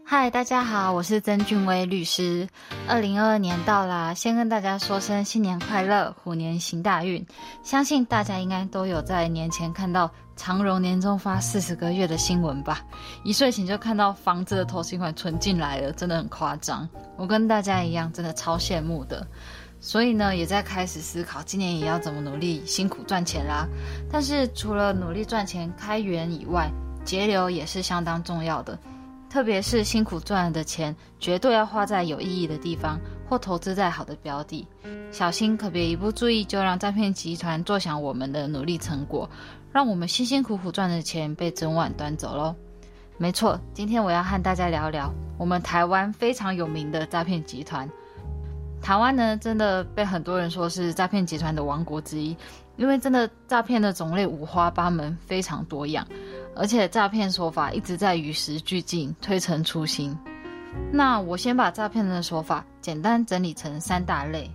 嗨，大家好，我是曾俊威律师。2022年到啦，先跟大家说声新年快乐，虎年行大运。相信大家应该都有在年前看到长荣年终发40个月的新闻吧？一睡醒就看到房子的头期款存进来了，真的很夸张。我跟大家一样，真的超羡慕的。所以呢，也在开始思考今年也要怎么努力辛苦赚钱啦。但是除了努力赚钱开源以外，节流也是相当重要的。特别是辛苦赚来的钱，绝对要花在有意义的地方，或投资在好的标的。小心可别一不注意就让诈骗集团坐享我们的努力成果，让我们辛辛苦苦赚的钱被整碗端走咯。没错，今天我要和大家聊聊我们台湾非常有名的诈骗集团。台湾呢，真的被很多人说是诈骗集团的王国之一，因为真的诈骗的种类五花八门，非常多样，而且诈骗手法一直在与时俱进，推陈出新。那我先把诈骗的手法简单整理成3大类。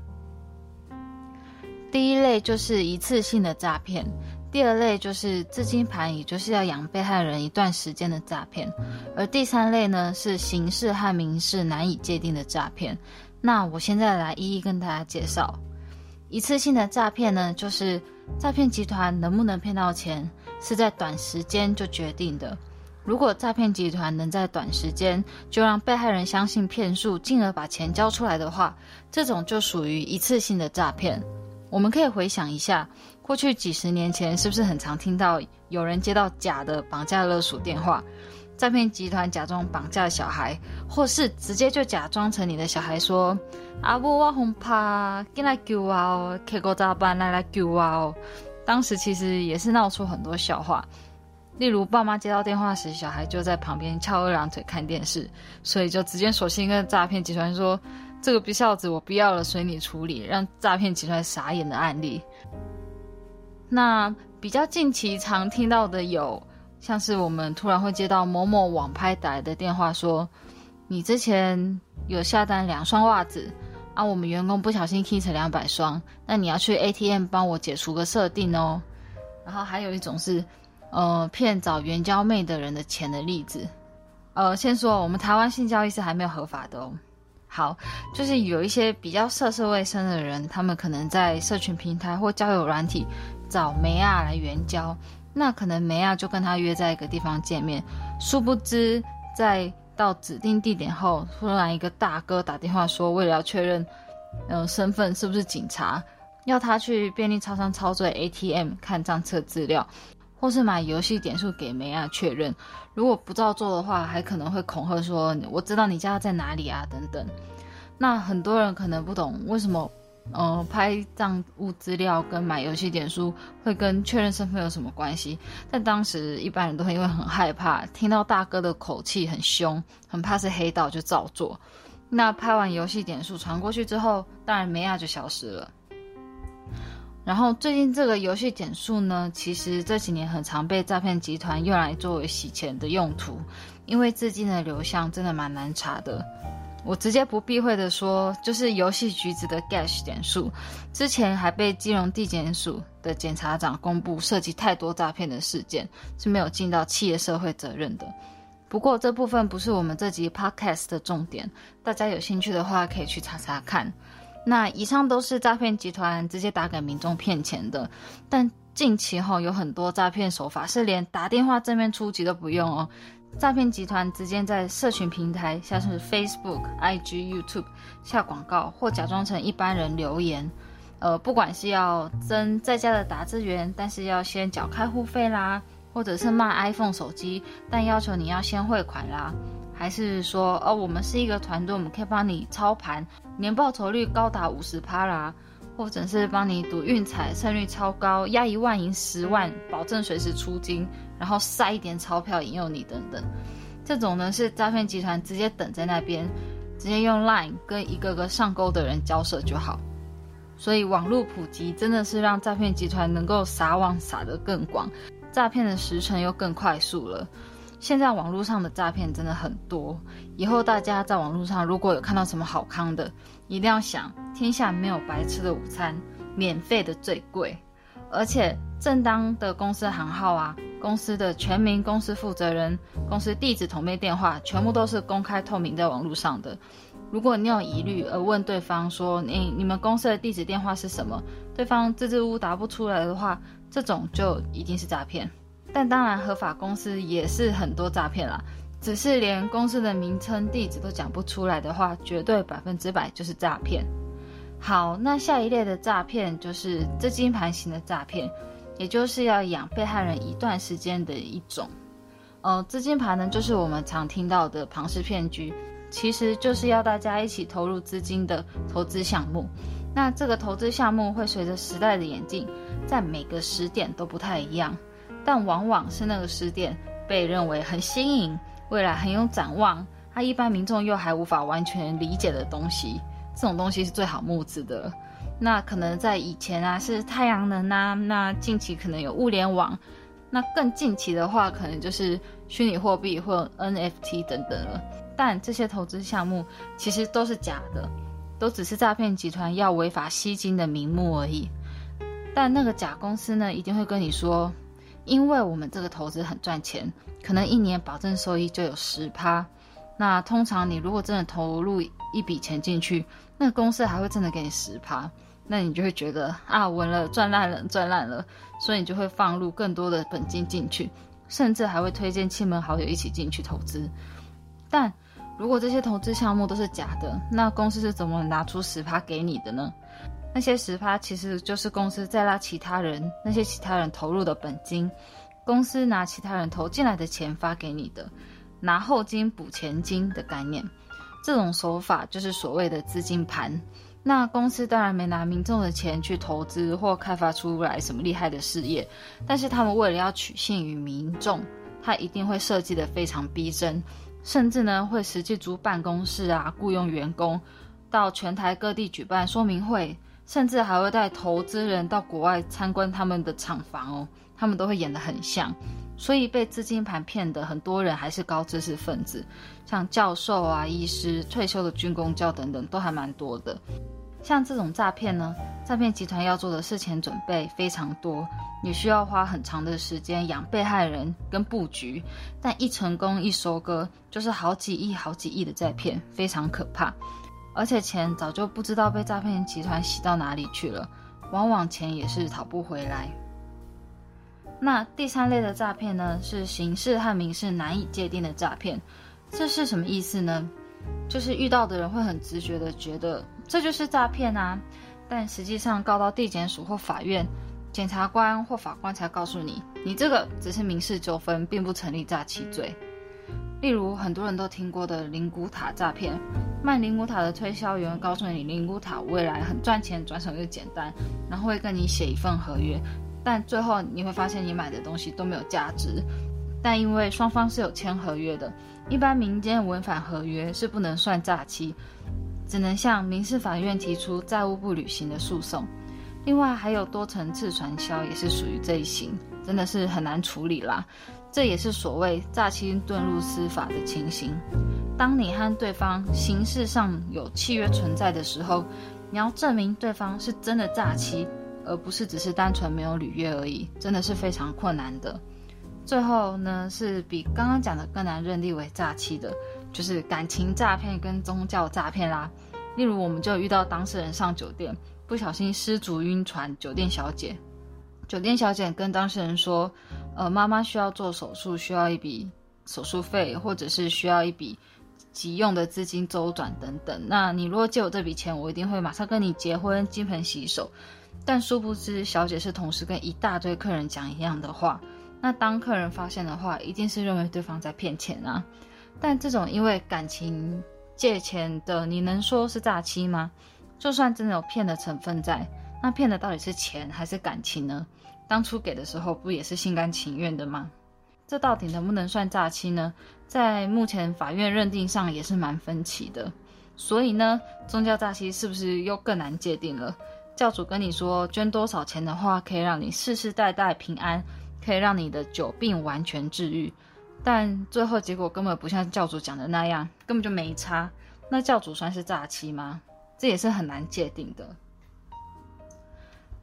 第一类就是一次性的诈骗，第二类就是资金盘，也就是要养被害人一段时间的诈骗，而第三类呢是刑事和民事难以界定的诈骗。那我现在来一一跟大家介绍。一次性的诈骗呢，就是诈骗集团能不能骗到钱，是在短时间就决定的。如果诈骗集团能在短时间就让被害人相信骗术，进而把钱交出来的话，这种就属于一次性的诈骗。我们可以回想一下，过去几十年前是不是很常听到有人接到假的绑架勒索电话，诈骗集团假装绑架小孩，或是直接就假装成你的小孩说阿母我害怕，进来救我哦，开个早班来救我哦。当时其实也是闹出很多笑话，例如爸妈接到电话时，小孩就在旁边翘二郎腿看电视，所以就直接索性跟诈骗集团说这个不孝子我不要了，随你处理，让诈骗集团傻眼的案例。那比较近期常听到的有像是我们突然会接到某某网拍打来的电话说，你之前有下单2双袜子啊，我们员工不小心 key 成200双，那你要去 ATM 帮我解除个设定哦。然后还有一种是骗找援交妹的人的钱的例子。先说我们台湾性交易是还没有合法的哦。好，就是有一些比较涉世未深的人，他们可能在社群平台或交友软体找妹啊来援交，那可能梅亚就跟他约在一个地方见面，殊不知在到指定地点后，突然一个大哥打电话说，为了要确认身份是不是警察，要他去便利超商操作 ATM 看账册资料，或是买游戏点数给梅亚确认，如果不照做的话，还可能会恐吓说我知道你家在哪里啊等等。那很多人可能不懂为什么拍账务资料跟买游戏点数会跟确认身份有什么关系，但当时一般人都会因为很害怕，听到大哥的口气很凶，很怕是黑道就照做。那拍完游戏点数传过去之后，当然梅亚就消失了。然后最近这个游戏点数呢，其实这几年很常被诈骗集团用来作为洗钱的用途，因为资金的流向真的蛮难查的。我直接不避讳的说，就是游戏橘子的 Gash 点数，之前还被基隆地检署的检察长公布涉及太多诈骗的事件，是没有尽到企业社会责任的。不过这部分不是我们这集 Podcast 的重点，大家有兴趣的话可以去查查看。那以上都是诈骗集团直接打给民众骗钱的，但近期有很多诈骗手法是连打电话正面出击都不用哦。诈骗集团直接在社群平台，像是 Facebook、IG、YouTube 下广告，或假装成一般人留言，不管是要增在家的打字员，但是要先缴开户费啦，或者是卖 iPhone 手机，但要求你要先汇款啦，还是说我们是一个团队，我们可以帮你操盘，年报酬率高达 50% 啦，或者是帮你赌运彩，胜率超高，押1万赢10万，保证随时出金，然后塞一点钞票引诱你等等。这种呢是诈骗集团直接等在那边，直接用 LINE 跟一个个上钩的人交涉就好。所以网络普及真的是让诈骗集团能够撒网撒得更广，诈骗的时程又更快速了。现在网络上的诈骗真的很多，以后大家在网络上如果有看到什么好康的，一定要想天下没有白吃的午餐，免费的最贵。 而且正当的公司行号啊，公司的全名、公司负责人、公司地址、统编电话，全部都是公开透明在网络上的。如果你有疑虑而问对方说你们公司的地址电话是什么，对方支支吾吾答不出来的话，这种就一定是诈骗。但当然合法公司也是很多诈骗啦，只是连公司的名称地址都讲不出来的话，绝对100%就是诈骗。好，那下一类的诈骗就是资金盘型的诈骗，也就是要养被害人一段时间的一种。资金盘呢，就是我们常听到的庞氏骗局，其实就是要大家一起投入资金的投资项目。那这个投资项目会随着时代的演进，在每个时点都不太一样，但往往是那个时点被认为很新颖，未来很有展望，它一般民众又还无法完全理解的东西，这种东西是最好募资的。那可能在以前啊是太阳能啊，那近期可能有物联网，那更近期的话可能就是虚拟货币或 NFT 等等了。但这些投资项目其实都是假的，都只是诈骗集团要违法吸金的名目而已。但那个假公司呢，一定会跟你说，因为我们这个投资很赚钱，可能一年保证收益就有 10%。那通常你如果真的投入一笔钱进去，那个公司还会真的给你 10%， 那你就会觉得啊，稳了，赚烂了，所以你就会放入更多的本金进去，甚至还会推荐亲朋好友一起进去投资。但如果这些投资项目都是假的，那公司是怎么拿出 10% 给你的呢？那些 10% 其实就是公司再拉其他人，那些其他人投入的本金，公司拿其他人投进来的钱发给你的，拿后金补前金的概念。这种手法就是所谓的资金盘。那公司当然没拿民众的钱去投资或开发出来什么厉害的事业，但是他们为了要取信于民众，他一定会设计得非常逼真，甚至呢会实际租办公室啊，雇佣员工，到全台各地举办说明会，甚至还会带投资人到国外参观他们的厂房哦，他们都会演得很像。所以被资金盘骗的很多人还是高知识分子，像教授啊、医师、退休的军公教等等都还蛮多的。像这种诈骗呢，诈骗集团要做的事前准备非常多，也需要花很长的时间养被害人跟布局，但一成功一收割就是好几亿的在骗，非常可怕。而且钱早就不知道被诈骗集团洗到哪里去了，往往钱也是讨不回来。那第三类的诈骗呢，是刑事和民事难以界定的诈骗。这是什么意思呢？就是遇到的人会很直觉的觉得这就是诈骗啊，但实际上告到地检署或法院，检察官或法官才告诉你，你这个只是民事纠纷，并不成立诈欺罪。例如很多人都听过的灵骨塔诈骗，卖灵骨塔的推销员告诉你灵骨塔未来很赚钱，转手又简单，然后会跟你写一份合约，但最后你会发现你买的东西都没有价值。但因为双方是有签合约的，一般民间违反合约是不能算诈欺，只能向民事法院提出债务不履行的诉讼。另外还有多层次传销也是属于这一型，真的是很难处理啦。这也是所谓诈欺遁入司法的情形。当你和对方形式上有契约存在的时候，你要证明对方是真的诈欺，而不是只是单纯没有履约而已，真的是非常困难的。最后呢，是比刚刚讲的更难认定为诈欺的，就是感情诈骗跟宗教诈骗啦。例如我们就有遇到当事人上酒店，不小心失足晕船，酒店小姐跟当事人说，妈妈需要做手术，需要一笔手术费，或者是需要一笔急用的资金周转等等。那你如果借我这笔钱，我一定会马上跟你结婚，金盆洗手。但殊不知，小姐是同时跟一大堆客人讲一样的话。那当客人发现的话，一定是认为对方在骗钱啊。但这种因为感情借钱的，你能说是诈欺吗？就算真的有骗的成分在，那骗的到底是钱还是感情呢？当初给的时候不也是心甘情愿的吗？这到底能不能算诈欺呢？在目前法院认定上也是蛮分歧的。所以呢，宗教诈欺是不是又更难界定了？教主跟你说捐多少钱的话，可以让你世世代代平安，可以让你的久病完全治愈，但最后结果根本不像教主讲的那样，根本就没差。那教主算是诈欺吗？这也是很难界定的。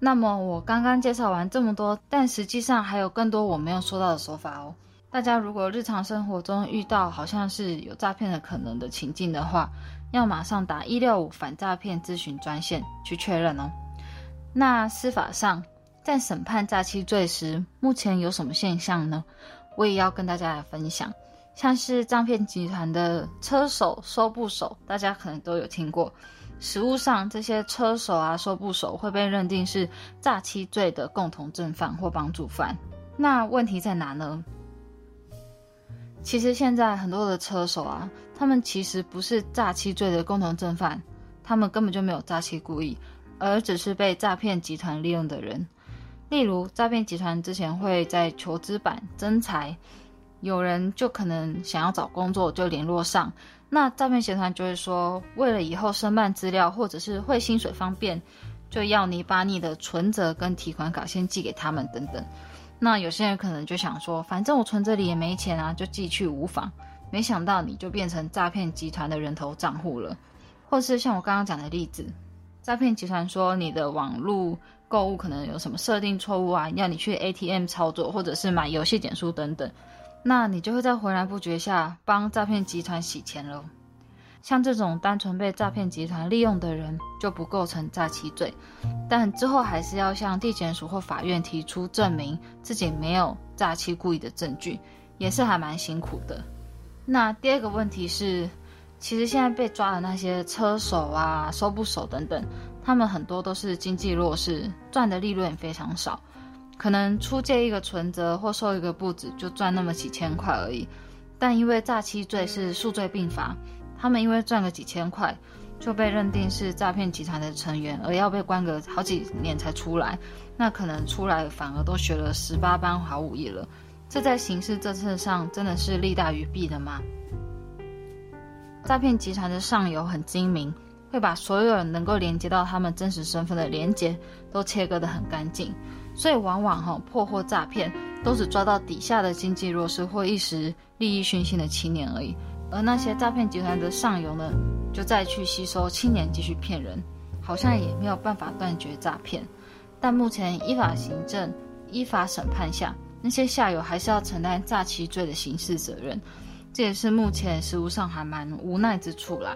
那么我刚刚介绍完这么多，但实际上还有更多我没有说到的手法哦。大家如果日常生活中遇到好像是有诈骗的可能的情境的话，要马上打165反诈骗咨询专线去确认哦。那司法上在审判诈欺罪时，目前有什么现象呢？我也要跟大家来分享。像是诈骗集团的车手、收部手，大家可能都有听过。实务上，这些车手啊、收部手会被认定是诈欺罪的共同正犯或帮助犯。那问题在哪呢？其实现在很多的车手啊，他们其实不是诈欺罪的共同正犯，他们根本就没有诈欺故意，而只是被诈骗集团利用的人。例如，诈骗集团之前会在求职版征才，有人就可能想要找工作就联络上，那诈骗集团就会说，为了以后申办资料或者是汇薪水方便，就要你把你的存折跟提款卡先寄给他们等等。那有些人可能就想说，反正我存折里也没钱啊，就寄去无妨。没想到你就变成诈骗集团的人头账户了。或是像我刚刚讲的例子，诈骗集团说你的网络购物可能有什么设定错误啊，要你去 ATM 操作或者是买游戏点数等等，那你就会在浑然不觉下帮诈骗集团洗钱了。像这种单纯被诈骗集团利用的人就不构成诈欺罪，但之后还是要向地检署或法院提出证明自己没有诈欺故意的证据，也是还蛮辛苦的。那第二个问题是，其实现在被抓的那些车手啊、收部手等等，他们很多都是经济弱势，赚的利润也非常少，可能出借一个存折或收一个簿子就赚那么几千块而已。但因为诈欺罪是数罪并罚，他们因为赚个几千块就被认定是诈骗集团的成员，而要被关个好几年才出来，那可能出来反而都学了18般好武艺了。这在刑事政策上真的是利大于弊的吗？诈骗集团的上游很精明，会把所有人能够连接到他们真实身份的连接都切割得很干净，所以往往破获诈骗都只抓到底下的经济弱势或一时利益熏心的青年而已，而那些诈骗集团的上游呢，就再去吸收青年继续骗人，好像也没有办法断绝诈骗。但目前依法行政、依法审判下，那些下游还是要承担诈欺罪的刑事责任，这也是目前实务上还蛮无奈之处啦。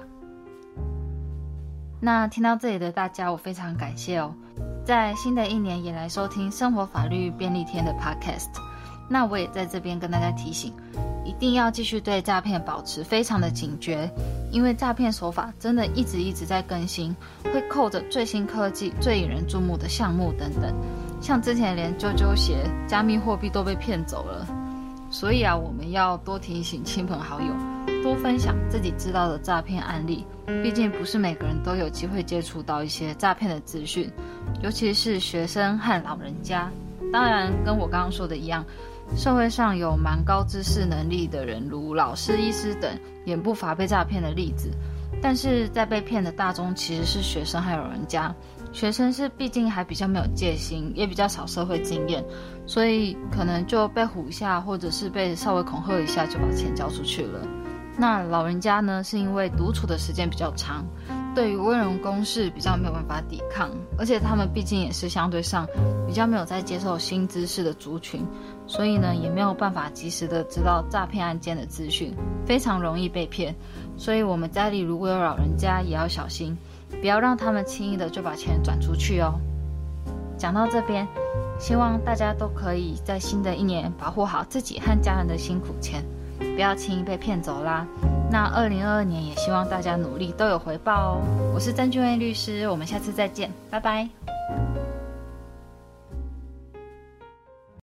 那听到这里的大家，我非常感谢哦，在新的一年也来收听生活法律便利贴的 podcast。那我也在这边跟大家提醒，一定要继续对诈骗保持非常的警觉，因为诈骗手法真的一直在更新，会扣着最新科技、最引人注目的项目等等，像之前连啾啾鞋、加密货币都被骗走了。所以我们要多提醒亲朋好友，多分享自己知道的诈骗案例，毕竟不是每个人都有机会接触到一些诈骗的资讯，尤其是学生和老人家。当然跟我刚刚说的一样，社会上有蛮高知识能力的人，如老师、医师等，也不乏被诈骗的例子。但是在被骗的大宗其实是学生和老人家，学生是毕竟还比较没有戒心，也比较少社会经验，所以可能就被唬一下，或者是被稍微恐吓一下就把钱交出去了。那老人家呢，是因为独处的时间比较长，对于温柔攻势比较没有办法抵抗，而且他们毕竟也是相对上比较没有在接受新知识的族群，所以呢也没有办法及时的知道诈骗案件的资讯，非常容易被骗。所以我们家里如果有老人家也要小心，不要让他们轻易的就把钱转出去哦。讲到这边，希望大家都可以在新的一年保护好自己和家人的辛苦钱，不要轻易被骗走啦。那2022年也希望大家努力都有回报哦。我是曾俊威律师，我们下次再见，拜拜。